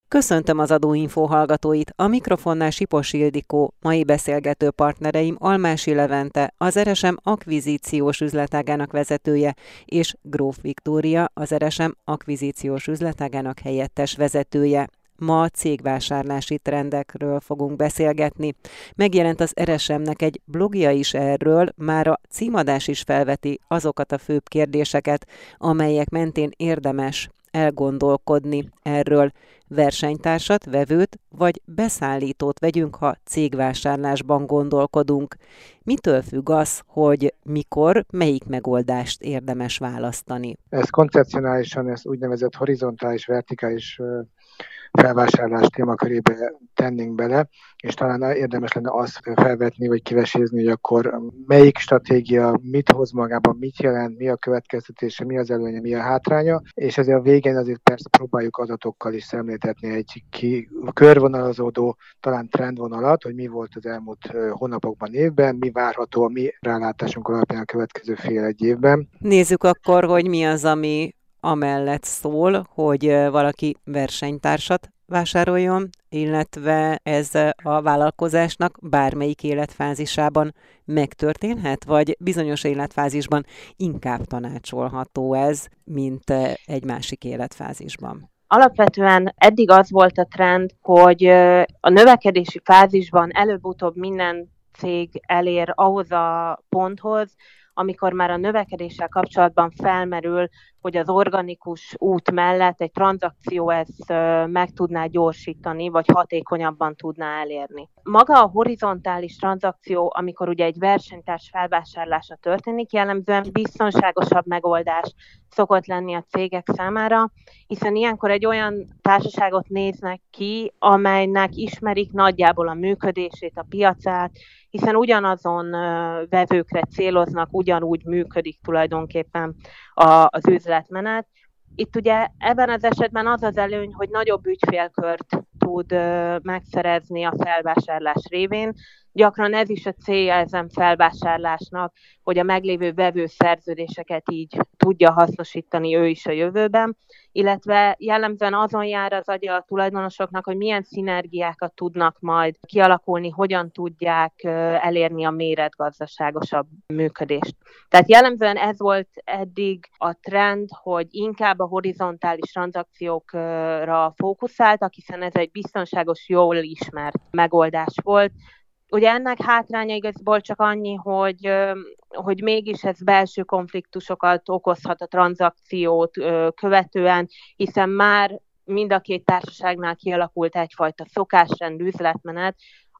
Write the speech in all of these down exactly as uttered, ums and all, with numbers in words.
Köszöntöm az Adóinfo hallgatóit, a mikrofonnál Sipos Ildikó, mai beszélgető partnereim Almási Levente, az er es em akvizíciós üzletágának vezetője, és Gróf Viktória, az er es em akvizíciós üzletágának helyettes vezetője. Ma a cégvásárlási trendekről fogunk beszélgetni. Megjelent az er es em-nek egy blogja is erről, már a címadás is felveti azokat a főbb kérdéseket, amelyek mentén érdemes elgondolkodni erről. Versenytársat, vevőt vagy beszállítót vegyünk, ha cégvásárlásban gondolkodunk. Mitől függ az, hogy mikor, melyik megoldást érdemes választani? Ez koncepcionálisan, ez úgynevezett horizontális, vertikális felvásárlás témakörébe tennénk bele, és talán érdemes lenne azt felvetni, vagy kivesézni, hogy akkor melyik stratégia mit hoz magában, mit jelent, mi a következtetése, mi az előnye, mi a hátránya, és ezért a végén azért persze próbáljuk adatokkal is szemléltetni egy ki, körvonalazódó, talán trendvonalat, hogy mi volt az elmúlt hónapokban, évben, mi várható a mi rálátásunk alapján a következő fél egy évben. Nézzük akkor, hogy mi az, ami amellett szól, hogy valaki versenytársat vásároljon, illetve ez a vállalkozásnak bármelyik életfázisában megtörténhet, vagy bizonyos életfázisban inkább tanácsolható ez, mint egy másik életfázisban? Alapvetően eddig az volt a trend, hogy a növekedési fázisban előbb-utóbb minden cég elér ahhoz a ponthoz, amikor már a növekedéssel kapcsolatban felmerül, hogy az organikus út mellett egy tranzakció ezt meg tudná gyorsítani, vagy hatékonyabban tudná elérni. Maga a horizontális tranzakció, amikor ugye egy versenytárs felvásárlása történik, jellemzően biztonságosabb megoldás szokott lenni a cégek számára, hiszen ilyenkor egy olyan társaságot néznek ki, amelynek ismerik nagyjából a működését, a piacát, hiszen ugyanazon vevőkre céloznak, ugyanúgy működik tulajdonképpen az üzletmenet. Itt ugye ebben az esetben az az előny, hogy nagyobb ügyfélkört tud megszerezni a felvásárlás révén. Gyakran ez is a célja ezen felvásárlásnak, hogy a meglévő vevőszerződéseket így tudja hasznosítani ő is a jövőben, illetve jellemzően azon jár az agya a tulajdonosoknak, hogy milyen szinergiákat tudnak majd kialakulni, hogyan tudják elérni a méretgazdaságosabb működést. Tehát jellemzően ez volt eddig a trend, hogy inkább a horizontális tranzakciókra fókuszáltak, hiszen ez egy biztonságos, jól ismert megoldás volt. Ugye ennek hátránya igazából csak annyi, hogy, hogy mégis ez belső konfliktusokat okozhat a tranzakciót követően, hiszen már mind a két társaságnál kialakult egyfajta szokásrend, üzletmenet,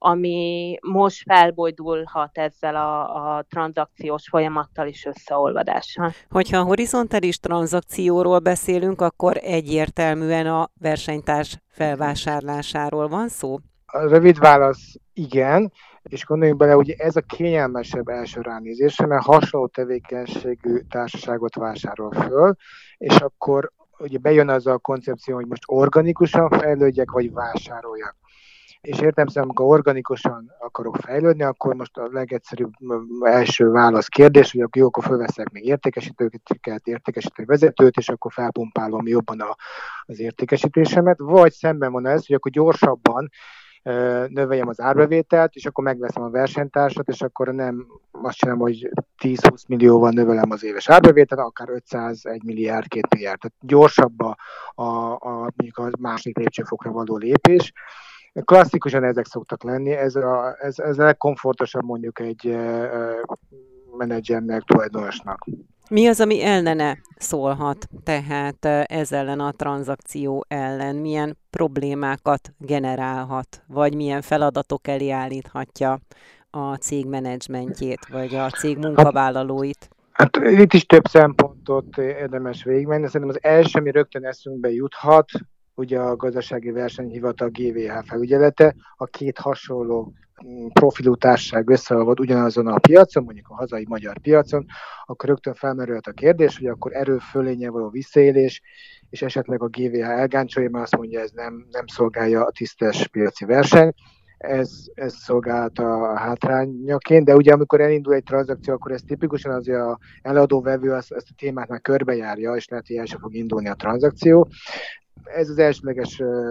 ami most felbojdulhat ezzel a, a tranzakciós folyamattal is összeolvadással. Hogyha a horizontális tranzakcióról beszélünk, akkor egyértelműen a versenytárs felvásárlásáról van szó? A rövid válasz igen, és gondoljunk bele, hogy ez a kényelmesebb első ránézésre, mert hasonló tevékenységű társaságot vásárol föl, és akkor ugye bejön az a koncepció, hogy most organikusan fejlődjek, vagy vásároljak. És értem szerint, amikor organikusan akarok fejlődni, akkor most a legegyszerűbb első válasz kérdés, hogy akkor jó, akkor fölveszek még értékesítőket, értékesítő vezetőt, és akkor felpumpálom jobban a, az értékesítésemet, vagy szemben van ez, hogy akkor gyorsabban növeljem az árbevételt, és akkor megveszem a versenytársat, és akkor nem azt csinálom, hogy tíz-húsz millióval növelem az éves árbevételt, akár ötszáz, egy milliárd, két milliárd. Tehát gyorsabb a, a, a, mondjuk a második lépcsőfokra való lépés. Klasszikusan ezek szoktak lenni, ez a, ez, ez a legkomfortosabb mondjuk egy uh, menedzsernek, tulajdonosnak. Mi az, ami ellene szólhat, tehát ez ellen a tranzakció ellen? Milyen problémákat generálhat, vagy milyen feladatok elé állíthatja a cég menedzsmentjét, vagy a cég munkavállalóit? Hát, hát itt is több szempontot érdemes végigmenni. Szerintem az első, ami rögtön eszünkbe juthat, ugye a Gazdasági Versenyhivatal gé vé há felügyelete, a két hasonló profilú társaság összeolvad ugyanazon a piacon, mondjuk a hazai magyar piacon, akkor rögtön felmerült a kérdés, hogy akkor erőfölénye való visszaélés, és esetleg a gé vé há elgáncsolja, mert azt mondja, ez nem, nem szolgálja a tisztes piaci verseny. Ez, ez szolgált a hátrányaként, de ugye amikor elindul egy tranzakció, akkor ez tipikusan azért az eladó vevő ezt a témát már körbejárja, és lehet, hogy el sem fog indulni a tranzakció. Ez az elsőleges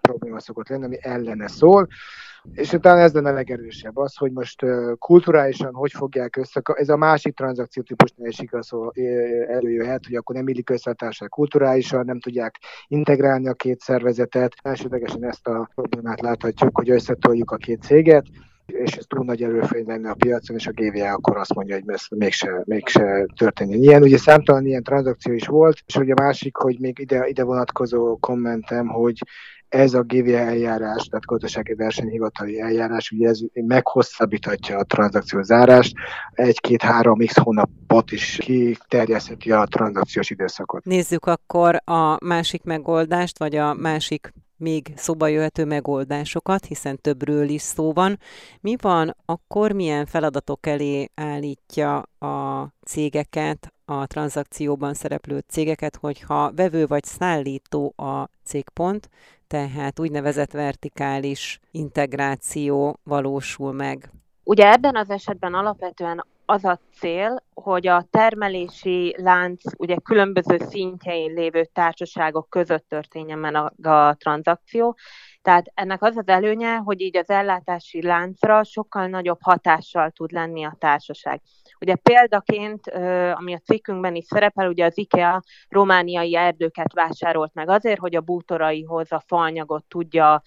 probléma szokott lenni, ami ellene szól. És utána ez lenne legerősebb az, hogy most uh, kulturálisan hogy fogják össze, ez a másik tranzakciótípusnál is igaz előjöhet, hogy akkor nem illik össze a társaság kulturálisan, nem tudják integrálni a két szervezetet. Elsődlegesen ezt a problémát láthatjuk, hogy összetoljuk a két céget, és ez túl nagy erőfény lenne a piacon, és a gé vé á akkor azt mondja, hogy ez mégse, mégse történjen ilyen. Ugye számtalan ilyen tranzakció is volt, és ugye a másik, hogy még ide, ide vonatkozó kommentem, hogy ez a gé vé á eljárás, tehát gazdasági versenyhivatali eljárás, ugye ez meghosszabbíthatja a tranzakció zárást, egy-két-három x hónapot is kiterjesztheti a tranzakciós időszakot. Nézzük akkor a másik megoldást, vagy a másik még szóba jöhető megoldásokat, hiszen többről is szó van. Mi van akkor, milyen feladatok elé állítja a cégeket, a tranzakcióban szereplő cégeket, hogyha vevő vagy szállító a cégpont, tehát úgynevezett vertikális integráció valósul meg? Ugye ebben az esetben alapvetően az a cél, hogy a termelési lánc ugye különböző szintjein lévő társaságok között történjen meg a, a tranzakció. Tehát ennek az az előnye, hogy így az ellátási láncra sokkal nagyobb hatással tud lenni a társaság. Ugye példaként, ami a cikkünkben is szerepel, ugye az IKEA romániai erdőket vásárolt meg azért, hogy a bútoraihoz a faanyagot tudja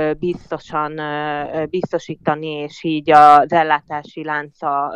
biztosan biztosítani, és így az ellátási lánca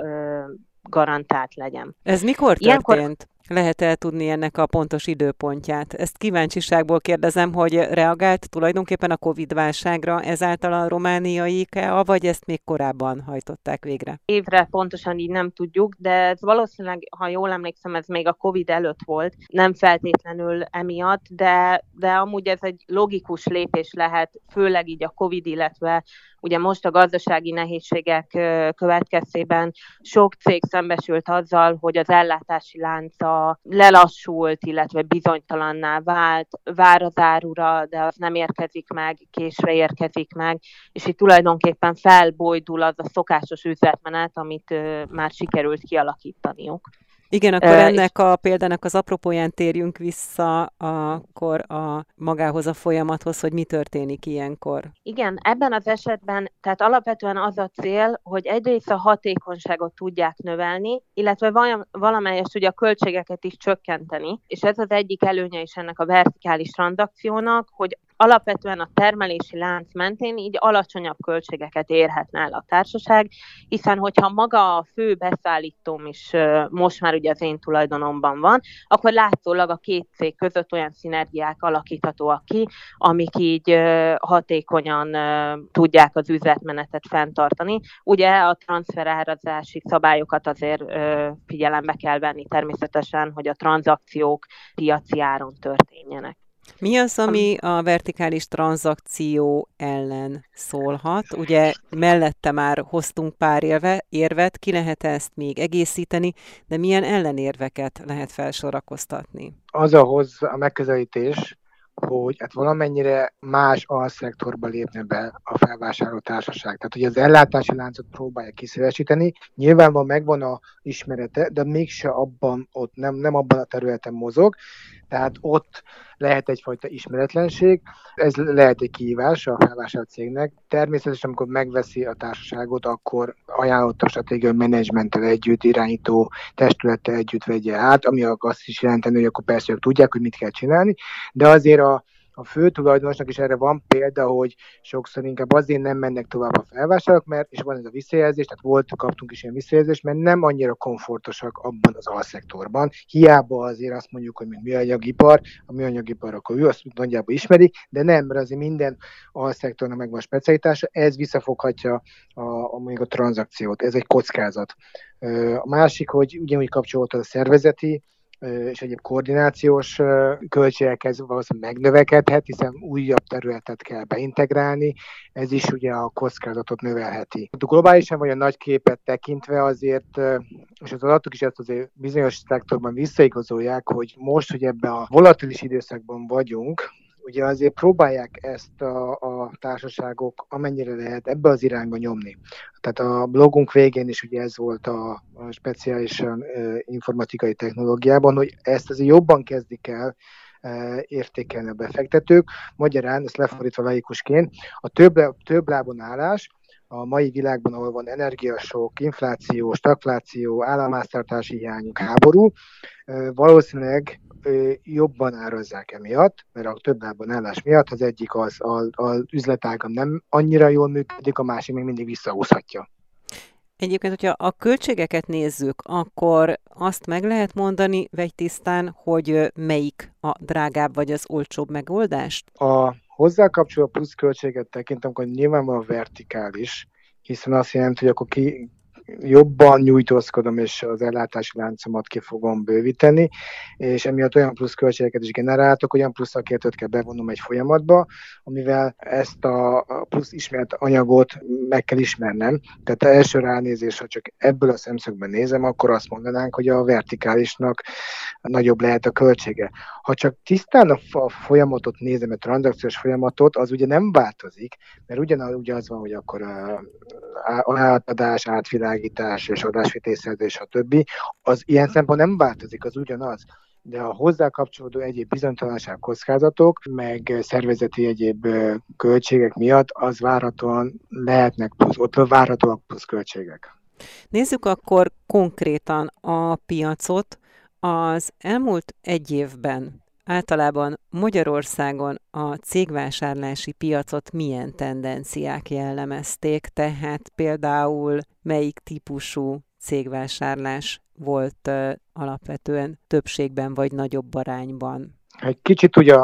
garantált legyen. Ez mikor történt? Ilyenkor... Lehet eltudni ennek a pontos időpontját? Ezt kíváncsiságból kérdezem, hogy reagált tulajdonképpen a Covid-válságra ezáltal a romániai IKEA, vagy ezt még korábban hajtották végre? Évre pontosan így nem tudjuk, de ez valószínűleg, ha jól emlékszem, ez még a Covid előtt volt, nem feltétlenül emiatt, de, de amúgy ez egy logikus lépés lehet, főleg így a Covid, illetve ugye most a gazdasági nehézségek következtében sok cég szembesült azzal, hogy az ellátási lánca lelassult, illetve bizonytalanná vált, vár az árura, de az nem érkezik meg, késve érkezik meg, és itt tulajdonképpen felbojdul az a szokásos üzletmenet, amit már sikerült kialakítaniuk. Igen, akkor ennek a példának az apropóján térjünk vissza akkor a magához a folyamathoz, hogy mi történik ilyenkor. Igen, ebben az esetben, tehát alapvetően az a cél, hogy egyrészt a hatékonyságot tudják növelni, illetve valamelyest ugye a költségeket is csökkenteni, és ez az egyik előnye is ennek a vertikális tranzakciónak, hogy alapvetően a termelési lánc mentén így alacsonyabb költségeket érhetne el a társaság, hiszen hogyha maga a fő beszállítóm is most már ugye az én tulajdonomban van, akkor látszólag a két cég között olyan szinergiák alakíthatóak ki, amik így hatékonyan tudják az üzletmenetet fenntartani. Ugye a transferárazási szabályokat azért figyelembe kell venni természetesen, hogy a tranzakciók piaci áron történjenek. Mi az, ami a vertikális tranzakció ellen szólhat? Ugye mellette már hoztunk pár érve, érvet, ki lehet ezt még egészíteni, de milyen ellenérveket lehet felsorakoztatni? Az ahhoz a megközelítés, hogy hát valamennyire más alszektorba lépne be a felvásárló társaság. Tehát, hogy az ellátási láncot próbálja kiszélesíteni, nyilvánvalóan megvan a ismerete, de mégse abban, ott nem, nem abban a területen mozog, tehát ott lehet egyfajta ismeretlenség, ez lehet egy kihívás a felvásárolt cégnek. Természetesen, amikor megveszi a társaságot, akkor ajánlott a stratégiai menedzsmenttel együtt, irányító testülettel együtt vegye át, ami azt is jelenteni, hogy akkor persze ők tudják, hogy mit kell csinálni, de azért a A fő tulajdonosnak is erre van példa, hogy sokszor inkább azért nem mennek tovább a felvásárlók, mert, és van ez a visszajelzés, tehát volt, kaptunk is ilyen visszajelzést, mert nem annyira komfortosak abban az alszektorban. Hiába azért azt mondjuk, hogy műanyagipar, a műanyagipar akkor ő azt nagyjából ismeri, de nem, mert azért minden alszektornak megvan a specialitása, ez visszafoghatja a, a, mondjuk a tranzakciót, ez egy kockázat. A másik, hogy ugyanúgy kapcsolódott a szervezeti, és egyéb koordinációs költségekhez valószínűleg megnövekedhet, hiszen újabb területet kell beintegrálni, ez is ugye a kockázatot növelheti. Globálisan vagy a nagy képet tekintve azért, és az adatok is ezt azért bizonyos szektorban visszaigazolják, hogy most, hogy ebben a volatilis időszakban vagyunk, ugye azért próbálják ezt a, a társaságok amennyire lehet ebbe az irányba nyomni. Tehát a blogunk végén is ugye ez volt a, a speciálisan uh, informatikai technológiában, hogy ezt azért jobban kezdik el értékelni a befektetők. Magyarán, ezt lefordítva laikusként, a több, több lábon állás a mai világban, ahol van energiasok, infláció, stagfláció, államháztartási hiányok, háború, valószínűleg jobban árazzák emiatt, mert a több lábon állás miatt az egyik az, az üzletágam nem annyira jól működik, a másik még mindig visszahúzhatja. Egyébként, hogyha a költségeket nézzük, akkor azt meg lehet mondani vegytisztán, hogy melyik a drágább vagy az olcsóbb megoldást? A hozzá kapcsoló plusz költséget tekintem, akkor nyilvánvalóan vertikális, hiszen azt jelenti, hogy akkor ki jobban nyújtózkodom, és az ellátási láncomat ki fogom bővíteni, és emiatt olyan plusz költségeket is generáltok, olyan plusz szakértőt kell bevonnom egy folyamatba, amivel ezt a plusz ismert anyagot meg kell ismernem. Tehát első ránézés, ha csak ebből a szemszögben nézem, akkor azt mondanánk, hogy a vertikálisnak nagyobb lehet a költsége. Ha csak tisztán a folyamatot nézem, a tranzakciós folyamatot, az ugye nem változik, mert ugyanaz ugye az van, hogy akkor a átadás, átvilágítás és adásvételszerzés, stb. Az ilyen szempontból nem változik, az ugyanaz. De a hozzá kapcsolódó egyéb bizonytalanság, kockázatok, meg szervezeti egyéb költségek miatt az várhatóan lehetnek plusz, ott várhatóak plusz költségek. Nézzük akkor konkrétan a piacot. Az elmúlt egy évben általában Magyarországon a cégvásárlási piacot milyen tendenciák jellemezték, tehát például melyik típusú cégvásárlás volt uh, alapvetően többségben vagy nagyobb arányban? Egy kicsit ugye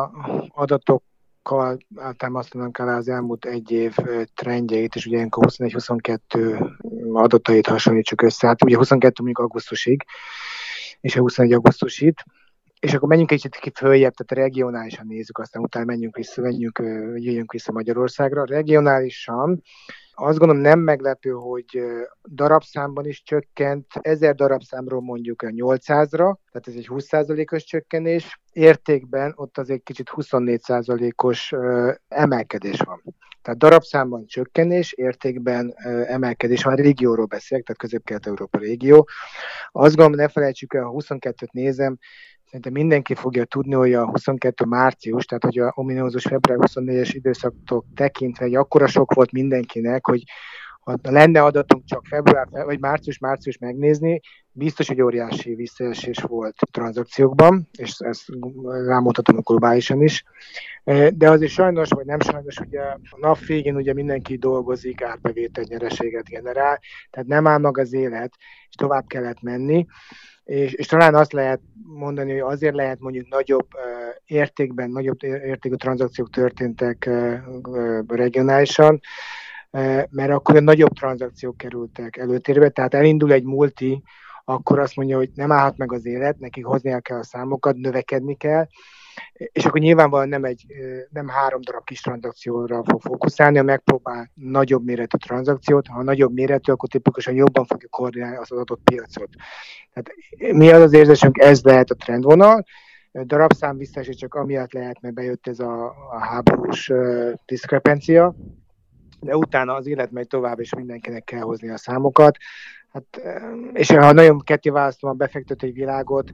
adatokkal támasztanunk el az elmúlt egy év trendjeit, és ugye ilyenkor huszonegy huszonkettő adatait hasonlítsuk össze. Hát ugye huszonkettő mondjuk augusztusig, és a huszonegy augusztusit, és akkor menjünk egy kicsit följebb, tehát regionálisan nézzük, aztán utána menjünk vissza, menjünk, jöjjünk vissza Magyarországra. Regionálisan azt gondolom nem meglepő, hogy darabszámban is csökkent, ezer darabszámról mondjuk nyolcszázra, tehát ez egy húsz százalékos csökkenés, értékben ott azért kicsit huszonnégy százalékos emelkedés van. Tehát darabszámban csökkenés, értékben emelkedés, ha a régióról beszélek, tehát Közép-Kelet-Európa régió. Azt gondolom, ne felejtsük el, ha huszonkettőt nézem, szerintem mindenki fogja tudni, hogy a huszonkettő március, tehát hogy a ominózus február huszonnégyes időszaktól tekintve egy akkora sok volt mindenkinek, hogy ha lenne adatunk csak február vagy március-március megnézni, biztos, hogy óriási visszaesés volt tranzakciókban, és ezt rámutatom globálisan is. De azért sajnos, vagy nem sajnos, ugye a nap végén ugye mindenki dolgozik, árbevétel nyereséget generál, tehát nem áll meg az élet, és tovább kellett menni. És, és talán azt lehet mondani, hogy azért lehet mondjuk nagyobb uh, értékben, nagyobb értékű tranzakciók történtek uh, uh, regionálisan, uh, mert akkor nagyobb tranzakciók kerültek előtérbe, tehát elindul egy multi, akkor azt mondja, hogy nem állhat meg az élet, nekik hoznia kell a számokat, növekedni kell, és akkor nyilvánvalóan nem, egy, nem három darab kis tranzakcióra fog fókuszálni, ha megpróbál nagyobb méretű tranzakciót, ha nagyobb méretű, akkor tipikusan jobban fogja koordinálni az adott piacot. Tehát mi az az érzésünk, ez lehet a trendvonal, darabszám visszaesés csak amiatt lehet, mert bejött ez a, a háborús uh, diszkrepencia, de utána az élet megy tovább, és mindenkinek kell hozni a számokat. Hát, és ha nagyon ketté választom a befektetői világot,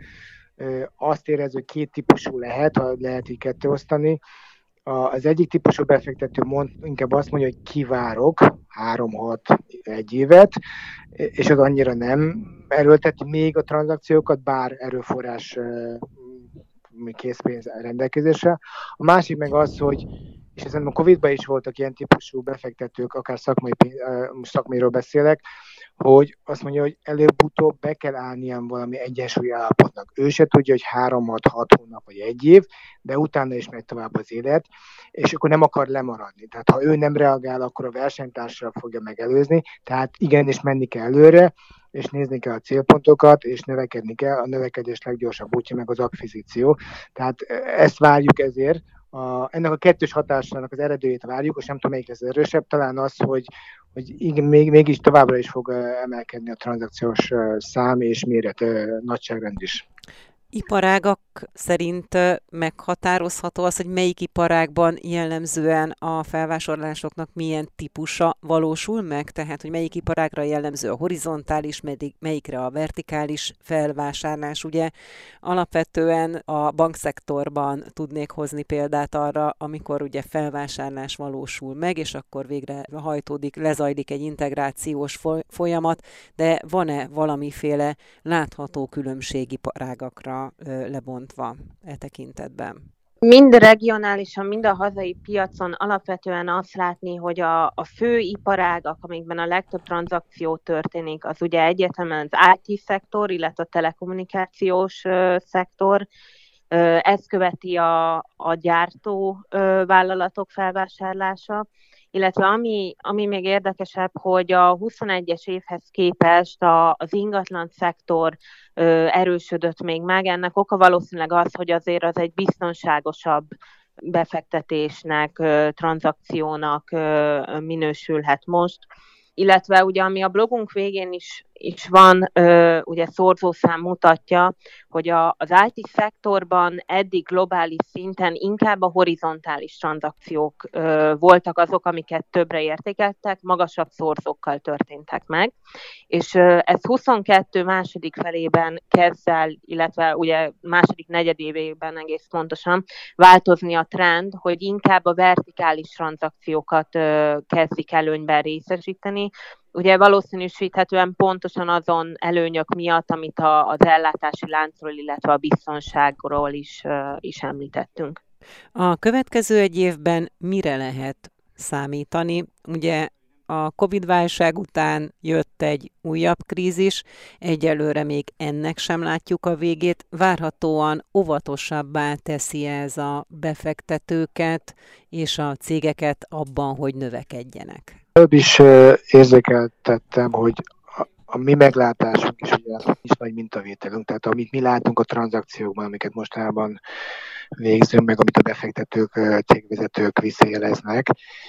azt érez, hogy két típusú lehet, ha lehet így ketté osztani. Az egyik típusú befektető mond, inkább azt mondja, hogy kivárok három-hat egy évet, és az annyira nem erőlteti még a tranzakciókat, bár erőforrás készpénz rendelkezésre. A másik meg az, hogy, és ezen a Covid-ban is voltak ilyen típusú befektetők, akár szakmai, szakmairól beszélek, hogy azt mondja, hogy előbb-utóbb be kell állnia valami egyensúlyi állapotnak. Ő se tudja, hogy három-hat hónap vagy egy év, de utána is megy tovább az élet, és akkor nem akar lemaradni. Tehát ha ő nem reagál, akkor a versenytársra fogja megelőzni, tehát igenis menni kell előre, és nézni kell a célpontokat, és növekedni kell. A növekedés leggyorsabb útja meg az akvizíció. Tehát ezt várjuk ezért. A, ennek a kettős hatásának az eredőjét várjuk, és nem tudom, melyik lesz erősebb, talán az, hogy, hogy igen, még, mégis továbbra is fog emelkedni a tranzakciós szám és méret nagyságrend is. Iparágak szerint meghatározható az, hogy melyik iparágban jellemzően a felvásárlásoknak milyen típusa valósul meg? Tehát, hogy melyik iparágra jellemző a horizontális, melyikre a vertikális felvásárlás? Ugye alapvetően a bankszektorban tudnék hozni példát arra, amikor ugye felvásárlás valósul meg, és akkor végre hajtódik, lezajlik egy integrációs folyamat, de van-e valamiféle látható különbség iparágakra lebontva e tekintetben? Mind regionálisan, mind a hazai piacon alapvetően azt látni, hogy a, a fő iparágak, amikben a legtöbb tranzakció történik, az ugye egyértelműen az i té-szektor, illetve a telekommunikációs uh, szektor. Uh, ez követi a, a gyártó uh, vállalatok felvásárlása, illetve ami, ami még érdekesebb, hogy a huszonegyes évhez képest a, az ingatlan szektor ö, erősödött még meg. Ennek oka valószínűleg az, hogy azért az egy biztonságosabb befektetésnek, ö, tranzakciónak ö, minősülhet most. Illetve ugye ami a blogunk végén is, is van, ö, ugye szorzószám mutatja, hogy a, az i té-szektorban eddig globális szinten inkább a horizontális tranzakciók ö, voltak azok, amiket többre értékeltek, magasabb szorzókkal történtek meg. És ö, ez huszonkettő második felében kezd el, illetve ugye második negyedévében egész pontosan változni a trend, hogy inkább a vertikális tranzakciókat ö, kezdik előnyben részesíteni. Ugye valószínűsíthetően pontosan azon előnyök miatt, amit a, az ellátási láncról, illetve a biztonságról is, uh, is említettünk. A következő egy évben mire lehet számítani? Ugye a Covid-válság után jött egy újabb krízis, egyelőre még ennek sem látjuk a végét. Várhatóan óvatosabbá teszi ez a befektetőket és a cégeket abban, hogy növekedjenek. Előbb is érzékeltettem, hogy a, a mi meglátásunk is ugye is nagy mintavételünk, tehát amit mi látunk a tranzakciókban, amiket mostanában végzünk, meg amit a befektetők, cégvezetők visszajeleznek.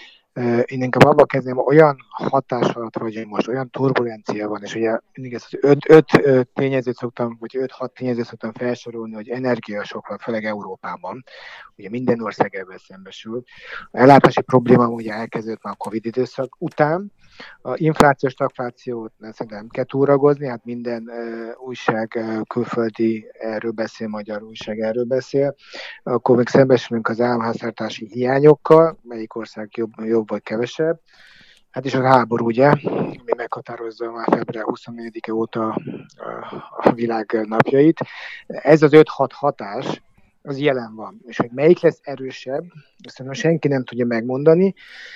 Én inkább abba kezdem, olyan hatás alatt vagyunk most, olyan turbulencia van, és ugye mindig ezt az öt, öt tényezőt szoktam, vagy öt-hat tényezőt szoktam felsorolni, hogy energiasok van, főleg Európában, ugye minden ország ebben szembesül. A ellátási probléma ugye elkezdődött már a Covid időszak után, a inflációs stagflációt szerintem nem kell túlragozni, hát minden uh, újság uh, külföldi erről beszél, magyar újság erről beszél. Akkor még szembesülünk az államháztartási hiányokkal, melyik ország jobb, jobb vagy kevesebb. Hát és a háború ugye, ami meghatározza már február huszonnegyedike óta a, a világ napjait. Ez az öt-hat hatás, az jelen van. És hogy melyik lesz erősebb, azt mondom, senki nem tudja megmondani,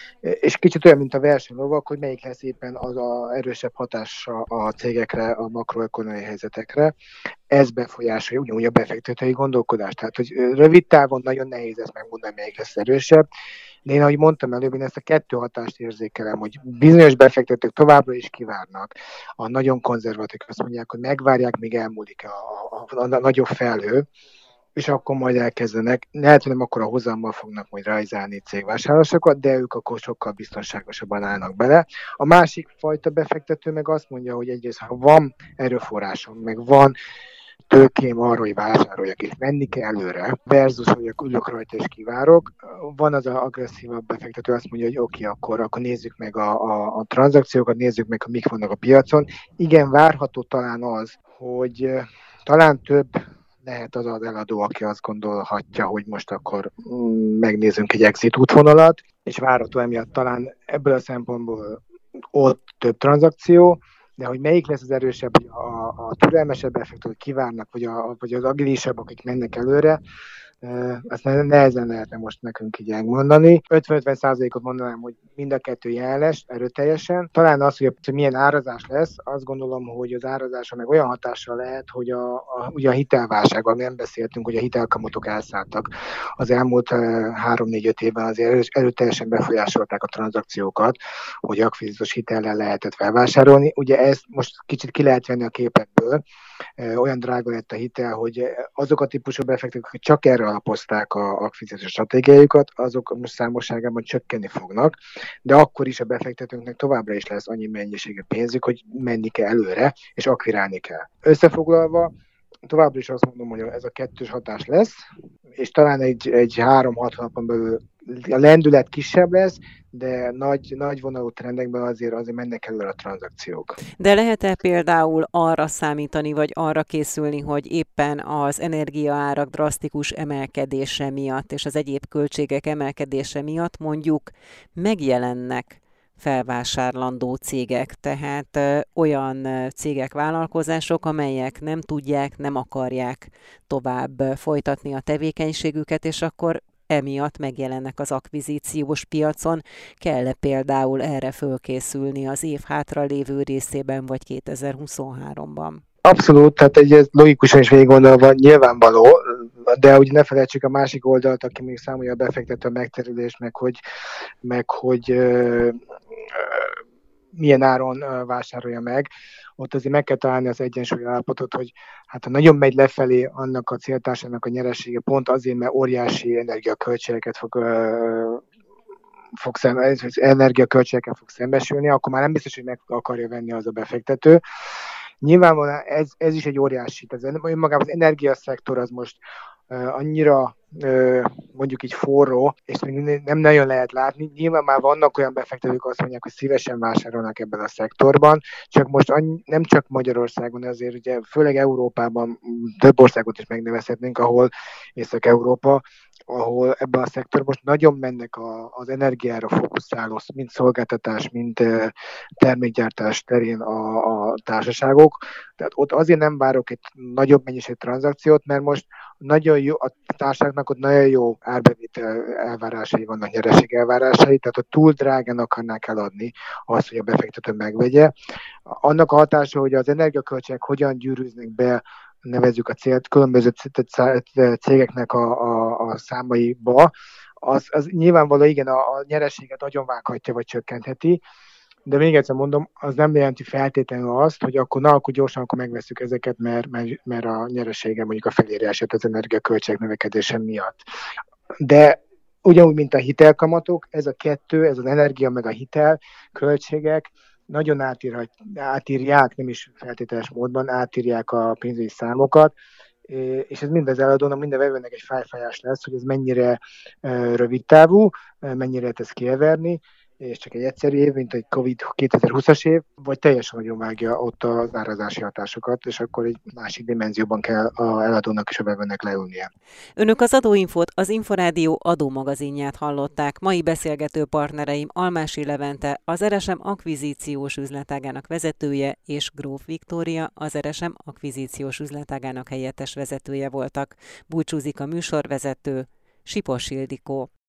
és kicsit olyan, mint a versenylovak, hogy melyik lesz éppen az a erősebb hatása a cégekre, a makroökonomiai helyzetekre. Ez befolyásolja ugyanúgy a befektetői gondolkodást. Tehát, hogy rövid távon nagyon nehéz ezt megmondani, melyik lesz erősebb. De én, ahogy mondtam előbb, én ezt a kettő hatást érzékelem, hogy bizonyos befektetők továbbra is kivárnak. A nagyon konzervatív azt mondják, hogy megvárják, míg elmúlik a, a, a, a nagyobb felhő, és akkor majd elkezdenek. Lehet, hogy nem akkor a hozammal fognak majd rajzálni cégvásárlásokat, de ők akkor sokkal biztonságosabban állnak bele. A másik fajta befektető meg azt mondja, hogy egyrészt, ha van erőforrásom, meg van tőkém arra, hogy vásároljak, és menni kell előre, versus, hogy ülök rajta és kivárok. Van az az agresszívabb befektető, azt mondja, hogy oké, okay, akkor, akkor nézzük meg a, a, a tranzakciókat, nézzük meg, hogy mik vannak a piacon. Igen, várható talán az, hogy talán több lehet az az eladó, aki azt gondolhatja, hogy most akkor megnézzünk egy exit útvonalat, és várható emiatt talán ebből a szempontból ott több tranzakció, de hogy melyik lesz az erősebb, hogy a, a türelmesebb befektetők kivárnak, vagy, a, vagy az agilisabb, akik mennek előre, azt nehezen lehetne most nekünk így elmondani. ötven-ötven százalékot mondanám, hogy mind a kettő jeles, erőteljesen. Talán az, hogy milyen árazás lesz, azt gondolom, hogy az árazása meg olyan hatással lehet, hogy a, a, ugye a hitelválsággal nem beszéltünk, hogy a hitelkamatok elszálltak. Az elmúlt három-négy-öt évben azért erőteljesen befolyásolták a tranzakciókat, hogy akvizíciós hitellel lehetett felvásárolni. Ugye ezt most kicsit ki lehet venni a képekből. Olyan drága lett a hitel, hogy azok a típusú befektetők, hogy csak erre alapozták a akvizíciós stratégiájukat, azok most számosságában csökkenni fognak, de akkor is a befektetőknek továbbra is lesz annyi mennyiségű pénzük, hogy menni kell előre, és akvirálni kell. Összefoglalva, továbbra is azt mondom, hogy ez a kettős hatás lesz, és talán egy, egy három-hat hónapon belül a lendület kisebb lesz, de nagy, nagy vonalú trendekben azért, azért mennek előre a tranzakciók. De lehet-e például arra számítani, vagy arra készülni, hogy éppen az energiaárak drasztikus emelkedése miatt, és az egyéb költségek emelkedése miatt mondjuk megjelennek felvásárlandó cégek, tehát ö, olyan cégek, vállalkozások, amelyek nem tudják, nem akarják tovább folytatni a tevékenységüket, és akkor emiatt megjelennek az akvizíciós piacon. Kell-e például erre fölkészülni az év hátralévő részében, vagy kétezer-huszonháromban? Abszolút, tehát egy logikusan is végig gondolva nyilvánvaló, de ugye ne felejtsük a másik oldalt, aki még számolja a befektető a megterülést, meg hogy, meg hogy ö, ö, milyen áron ö, vásárolja meg. Ott azért meg kell találni az egyensúly állapotot, hogy hát ha nagyon megy lefelé annak a céltársának a nyeresége, pont azért, mert óriási energiaköltségeket fog ö, fog szem, energiaköltségekkel fog szembesülni, akkor már nem biztos, hogy meg akarja venni az a befektető. Nyilvánvalóan ez, ez is egy óriási, ez önmagában az energiaszektor az most uh, annyira uh, mondjuk így forró, és még nem nagyon lehet látni. Nyilván már vannak olyan befektetők, azt mondják, hogy szívesen vásárolnak ebben a szektorban, csak most annyi, nem csak Magyarországon, azért ugye főleg Európában több országot is megnevezhetnénk, ahol Észak-Európa, ahol ebben a szektorban most nagyon mennek a, az energiára fókuszáló, mind szolgáltatás, mind termékgyártás terén a, a társaságok. Tehát ott azért nem várok egy nagyobb mennyiség tranzakciót, mert most nagyon jó, a társaságnak ott nagyon jó árbevétel elvárásai vannak, nyereség elvárásai, tehát a túl drágán akarnák eladni azt, hogy a befektető megvegye. Annak a hatása, hogy az energiaköltségek hogyan gyűrűznek be, nevezzük a célt, különböző cégeknek a, a, a számaiba, az, az nyilvánvaló, igen, a, a nyereséget nagyon vághatja, vagy csökkentheti, de még egyszer mondom, az nem jelenti feltétlenül azt, hogy akkor na, akkor gyorsan akkor megveszük ezeket, mert, mert, mert a nyeresége mondjuk a felére esett az energiaköltség növekedése miatt. De ugyanúgy, mint a hitelkamatok, ez a kettő, ez az energia meg a hitel költségek, nagyon átírhat, átírják, nem is feltételes módban, átírják a pénzügyi számokat, és ez mind az eladónak, minden vevőnek egy fájfájás lesz, hogy ez mennyire rövid távú, mennyire tesz kieverni, és csak egy egyszerű év, mint egy Covid kétezer-húszas év, vagy teljesen nagyon vágja ott az árazási hatásokat, és akkor egy másik dimenzióban kell az eladónak és a vevőnek leülnie. Önök az Adóinfót, az Inforádió adómagazinját hallották. Mai beszélgető partnereim Almási Levente, az er es em akvizíciós üzletágának vezetője, és Gróf Viktória, az er es em akvizíciós üzletágának helyettes vezetője voltak. Búcsúzik a műsorvezető, Sipos Ildikó.